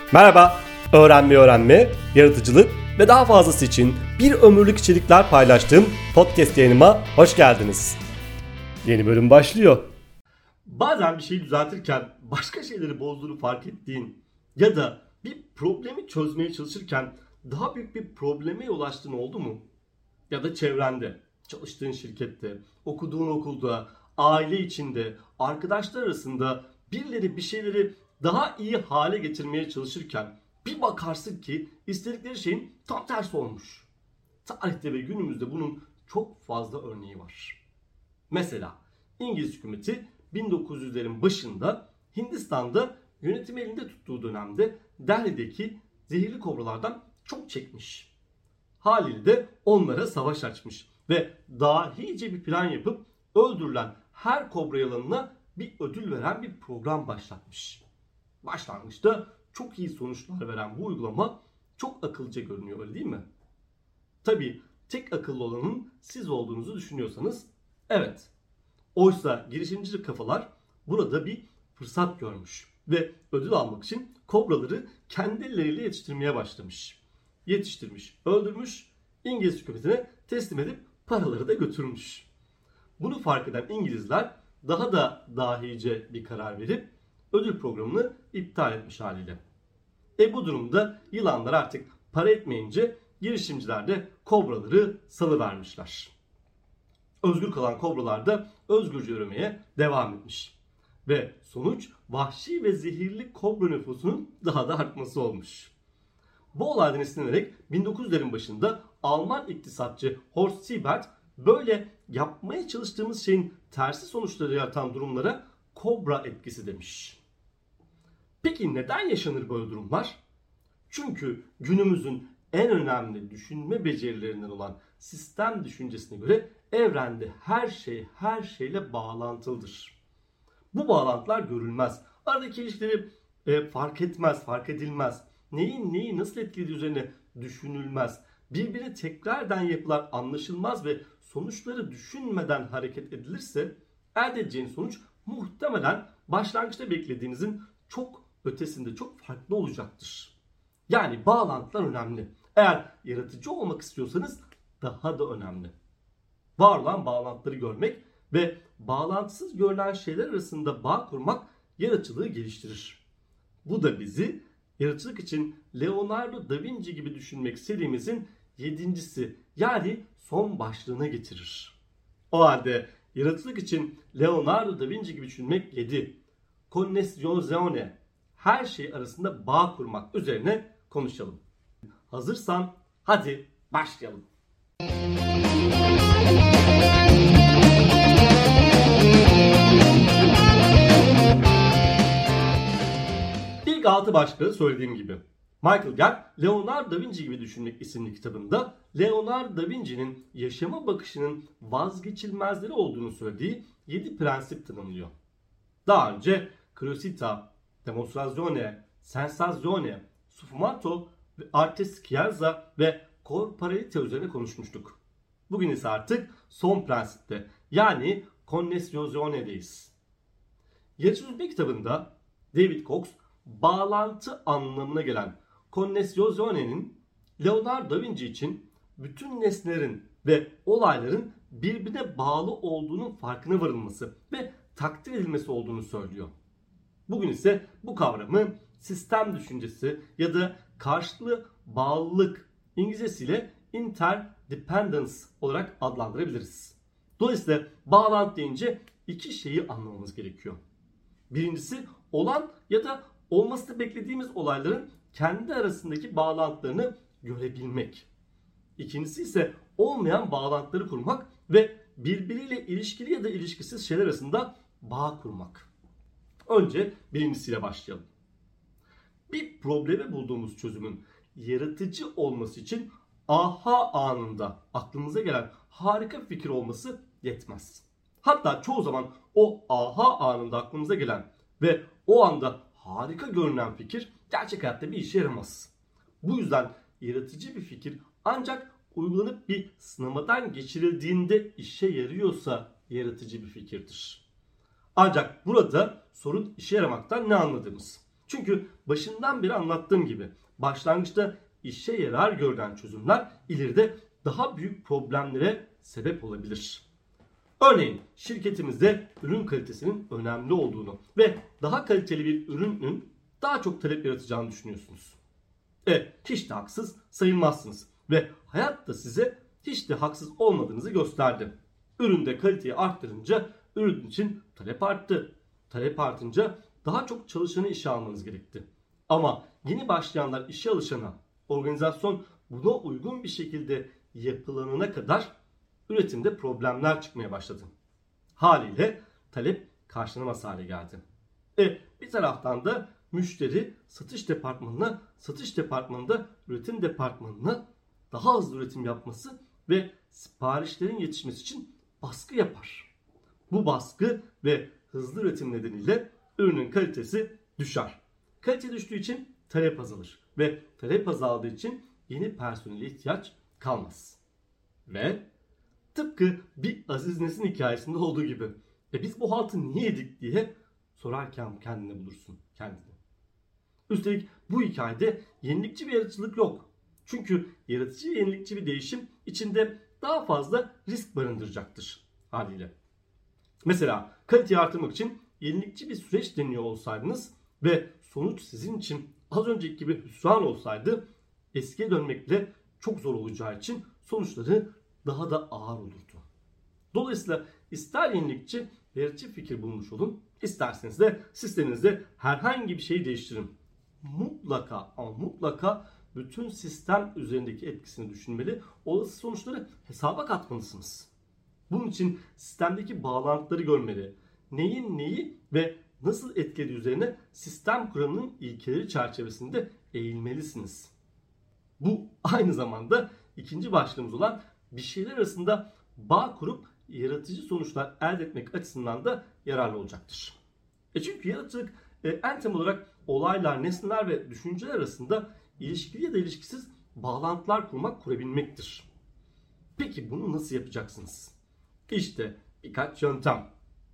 Merhaba, öğrenme, yaratıcılık ve daha fazlası için bir ömürlük içerikler paylaştığım podcast yayınıma hoş geldiniz. Yeni bölüm başlıyor. Bazen bir şeyi düzeltirken başka şeyleri bozduğunu fark ettiğin ya da bir problemi çözmeye çalışırken daha büyük bir probleme ulaştığın oldu mu? Ya da çevrende, çalıştığın şirkette, okuduğun okulda, aile içinde, arkadaşlar arasında birileri bir şeyleri daha iyi hale getirmeye çalışırken bir bakarsın ki istedikleri şeyin tam tersi olmuş. Tarihte ve günümüzde bunun çok fazla örneği var. Mesela İngiliz hükümeti 1900'lerin başında Hindistan'da yönetimi elinde tuttuğu dönemde Delhi'deki zehirli kobralardan çok çekmiş. Haliyle de onlara savaş açmış ve dahice bir plan yapıp öldürülen her kobra yılanına bir ödül veren bir program başlatmış. Başlangıçta çok iyi sonuçlar veren bu uygulama çok akıllıca görünüyor, öyle değil mi? Tabii tek akıllı olanın siz olduğunuzu düşünüyorsanız evet. Oysa girişimci kafalar burada bir fırsat görmüş ve ödül almak için kobraları kendi elleriyle yetiştirmeye başlamış. Yetiştirmiş, öldürmüş, İngiliz hükümetine teslim edip paraları da götürmüş. Bunu fark eden İngilizler daha da dahice bir karar verip ödül programını iptal etmiş haliyle. Bu durumda yılanlar artık para etmeyince girişimciler de kobraları salıvermişler. Özgür kalan kobralar da özgürce üremeye devam etmiş. Ve sonuç vahşi ve zehirli kobra nüfusunun daha da artması olmuş. Bu olaydan esinlenerek 1900'lerin başında Alman iktisatçı Horst Siebert böyle yapmaya çalıştığımız şeyin tersi sonuçları yaratan durumlara kobra etkisi demiş. Peki neden yaşanır böyle durumlar? Çünkü günümüzün en önemli düşünme becerilerinden olan sistem düşüncesine göre evrende her şey her şeyle bağlantılıdır. Bu bağlantılar görülmez. Aradaki ilişkileri fark etmez, fark edilmez. Neyin neyi nasıl etkilediği üzerine düşünülmez. Birbiri tekrardan yapılar anlaşılmaz ve sonuçları düşünmeden hareket edilirse elde edeceğiniz sonuç muhtemelen başlangıçta beklediğinizin çok ötesinde, çok farklı olacaktır. Yani bağlantılar önemli. Eğer yaratıcı olmak istiyorsanız daha da önemli. Var olan bağlantıları görmek ve bağlantısız görülen şeyler arasında bağ kurmak yaratıcılığı geliştirir. Bu da bizi yaratıcılık için Leonardo da Vinci gibi düşünmek serimizin 7.'si yani son başlığına getirir. O halde yaratıcılık için Leonardo da Vinci gibi düşünmek 7. Connessione, her şey arasında bağ kurmak üzerine konuşalım. Hazırsan hadi başlayalım. İlk 6 başlığı söylediğim gibi. Michael Gell, Leonardo da Vinci gibi düşünmek isimli kitabında Leonardo da Vinci'nin yaşama bakışının vazgeçilmezleri olduğunu söylediği 7 prensip tanımlıyor. Daha önce curiosità, demonstrazione, sensazione, sfumato, arte schiazza ve corporeità üzerine konuşmuştuk. Bugün ise artık son prensipte yani connessione'deyiz. Yaratıcılık kitabında David Cox bağlantı anlamına gelen connessione'nin Leonardo da Vinci için bütün nesnelerin ve olayların birbirine bağlı olduğunun farkına varılması ve takdir edilmesi olduğunu söylüyor. Bugün ise bu kavramı sistem düşüncesi ya da karşılıklı bağlılık, İngilizcesiyle interdependence olarak adlandırabiliriz. Dolayısıyla bağlantı deyince iki şeyi anlamamız gerekiyor. Birincisi olan ya da olmasını beklediğimiz olayların kendi arasındaki bağlantılarını görebilmek. İkincisi ise olmayan bağlantıları kurmak ve birbiriyle ilişkili ya da ilişkisiz şeyler arasında bağ kurmak. Önce birincisiyle başlayalım. Bir probleme bulduğumuz çözümün yaratıcı olması için aha anında aklımıza gelen harika bir fikir olması yetmez. Hatta çoğu zaman o aha anında aklımıza gelen ve o anda harika görünen fikir gerçek hayatta bir işe yaramaz. Bu yüzden yaratıcı bir fikir ancak uygulanıp bir sınamadan geçirildiğinde işe yarıyorsa yaratıcı bir fikirdir. Ancak burada sorun işe yaramaktan ne anladığımız. Çünkü başından beri anlattığım gibi başlangıçta işe yarar görünen çözümler ileride daha büyük problemlere sebep olabilir. Örneğin şirketimizde ürün kalitesinin önemli olduğunu ve daha kaliteli bir ürünün daha çok talep yaratacağını düşünüyorsunuz. Hiç de haksız sayılmazsınız ve hayat da size hiç de haksız olmadığınızı gösterdi. Üründe kaliteyi arttırınca ürün için talep arttı. Talep artınca daha çok çalışanı işe almanız gerekti. Ama yeni başlayanlar işe alışana, organizasyon buna uygun bir şekilde yapılanana kadar üretimde problemler çıkmaya başladı. Haliyle talep karşılanamaz hale geldi. Bir taraftan da müşteri satış departmanına, satış departmanında üretim departmanına daha hızlı üretim yapması ve siparişlerin yetişmesi için baskı yapar. Bu baskı ve hızlı üretim nedeniyle ürünün kalitesi düşer. Kalite düştüğü için talep azalır ve talep azaldığı için yeni personele ihtiyaç kalmaz. Ve tıpkı bir Aziz Nesin hikayesinde olduğu gibi biz bu haltı niye yedik diye sorarken kendine bulursun kendini. Üstelik bu hikayede yenilikçi bir yaratıcılık yok. Çünkü yaratıcı ve yenilikçi bir değişim içinde daha fazla risk barındıracaktır haliyle. Mesela kaliteyi artırmak için yenilikçi bir süreç deniyor olsaydınız ve sonuç sizin için az önceki gibi hüsran olsaydı eskiye dönmek bile çok zor olacağı için sonuçları daha da ağır olurdu. Dolayısıyla ister yenilikçi ve yaratıcı fikir bulmuş olun, isterseniz de sisteminizde herhangi bir şeyi değiştirin. Mutlaka ama mutlaka bütün sistem üzerindeki etkisini düşünmeli, olası sonuçları hesaba katmalısınız. Bunun için sistemdeki bağlantıları görmeli, neyin neyi ve nasıl etkilediği üzerine sistem kuramının ilkeleri çerçevesinde eğilmelisiniz. Bu aynı zamanda ikinci başlığımız olan bir şeyler arasında bağ kurup yaratıcı sonuçlar elde etmek açısından da yararlı olacaktır. Çünkü yaratıcılık en temel olarak olaylar, nesneler ve düşünceler arasında ilişkili ya da ilişkisiz bağlantılar kurabilmektir. Peki bunu nasıl yapacaksınız? İşte birkaç yöntem.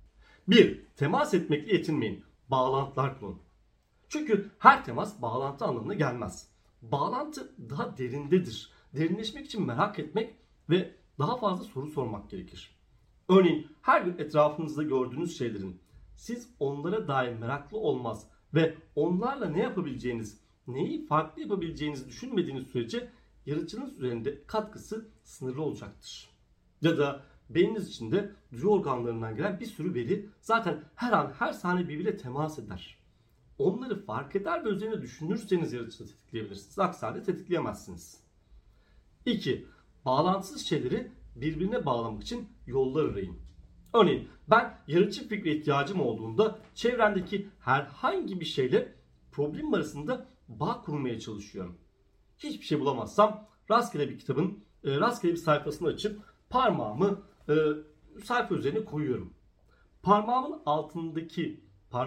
1. Temas etmekle yetinmeyin. Bağlantılar kurun. Çünkü her temas bağlantı anlamına gelmez. Bağlantı daha derindedir. Derinleşmek için merak etmek ve daha fazla soru sormak gerekir. Örneğin her gün etrafınızda gördüğünüz şeylerin siz onlara dair meraklı olmaz ve onlarla ne yapabileceğiniz, neyi farklı yapabileceğinizi düşünmediğiniz sürece yaratıcılığınız üzerinde katkısı sınırlı olacaktır. Ya da beyniniz içinde duyu organlarından gelen bir sürü veri zaten her an her saniye birbiriyle temas eder. Onları fark eder ve üzerine düşünürseniz yaratıcılığı tetikleyebilirsiniz. Aksi halde tetikleyemezsiniz. 2. Bağlantısız şeyleri birbirine bağlamak için yollar arayın. Örneğin ben yaratıcı fikre ihtiyacım olduğunda çevremdeki herhangi bir şeyle problem arasında bağ kurmaya çalışıyorum. Hiçbir şey bulamazsam rastgele bir kitabın rastgele bir sayfasını açıp parmağımı sayfa üzerine koyuyorum. Parmağımın altındaki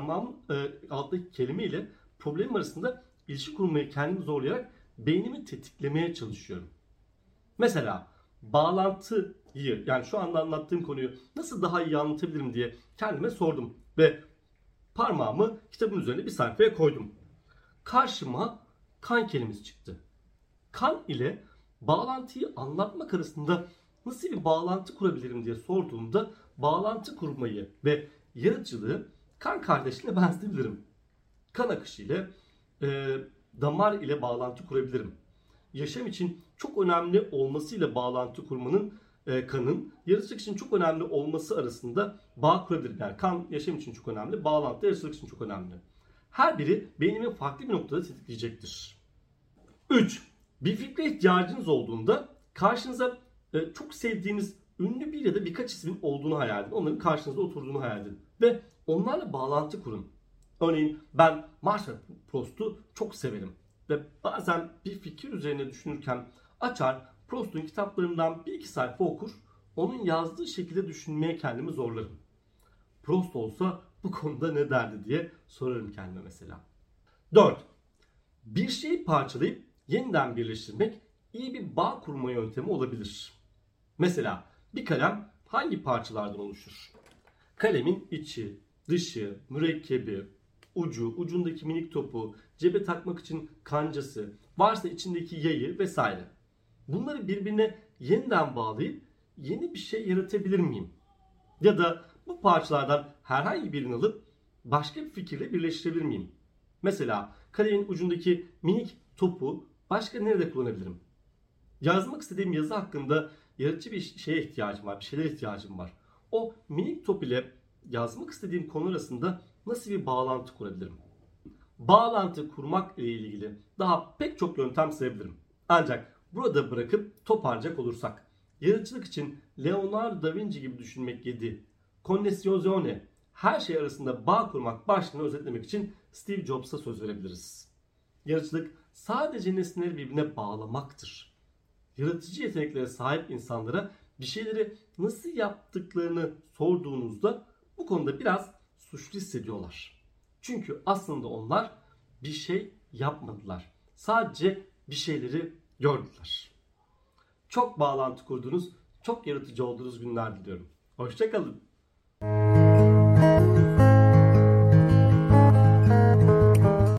kelime ile problem arasında ilişki kurmaya kendimi zorlayarak beynimi tetiklemeye çalışıyorum. Mesela bağlantıyı, yani şu anda anlattığım konuyu nasıl daha iyi anlatabilirim diye kendime sordum ve parmağımı kitabın üzerine bir sayfaya koydum. Karşıma kan kelimesi çıktı. Kan ile bağlantıyı anlatmak arasında nasıl bir bağlantı kurabilirim diye sorduğumda bağlantı kurmayı ve yaratıcılığı kan kardeşine benzetebilirim. Kan akışı ile damar ile bağlantı kurabilirim. Yaşam için çok önemli olmasıyla bağlantı kurmanın kanın yaratıcılık için çok önemli olması arasında bağ kurabilirim. Yani kan yaşam için çok önemli, bağlantı yaratıcılık için çok önemli. Her biri beynimin farklı bir noktada tetikleyecektir. 3. Bir fikre ihtiyacınız olduğunda karşınıza çok sevdiğiniz ünlü bir ya da birkaç ismin olduğunu hayal edin. Onların karşınızda oturduğunu hayal edin. Ve onlarla bağlantı kurun. Örneğin ben Marcel Proust'u çok severim. Ve bazen bir fikir üzerine düşünürken açar Proust'un kitaplarından bir iki sayfa okur. Onun yazdığı şekilde düşünmeye kendimi zorlarım. Proust olsa bu konuda ne derdi diye sorarım kendime mesela. 4. Bir şeyi parçalayıp yeniden birleştirmek iyi bir bağ kurma yöntemi olabilir. Mesela bir kalem hangi parçalardan oluşur? Kalemin içi, dışı, mürekkebi, ucundaki minik topu, cebe takmak için kancası, varsa içindeki yayı vesaire. Bunları birbirine yeniden bağlayıp yeni bir şey yaratabilir miyim? Ya da bu parçalardan herhangi birini alıp başka bir fikirle birleştirebilir miyim? Mesela kalemin ucundaki minik topu başka nerede kullanabilirim? Yazmak istediğim yazı hakkında yaratıcı bir şeye ihtiyacım var, bir şeylere ihtiyacım var. O minik top ile yazmak istediğim konu arasında nasıl bir bağlantı kurabilirim? Bağlantı kurmak ile ilgili daha pek çok yöntem sayabilirim. Ancak burada bırakıp toparlayacak olursak, yaratıcılık için Leonardo da Vinci gibi düşünmek 7, connessione, her şey arasında bağ kurmak başlığını özetlemek için Steve Jobs'a söz verebiliriz. Yaratıcılık sadece nesneleri birbirine bağlamaktır. Yaratıcı yeteneklere sahip insanlara bir şeyleri nasıl yaptıklarını sorduğunuzda bu konuda biraz suçlu hissediyorlar. Çünkü aslında onlar bir şey yapmadılar. Sadece bir şeyleri gördüler. Çok bağlantı kurduğunuz, çok yaratıcı olduğunuz günler diliyorum. Hoşça kalın.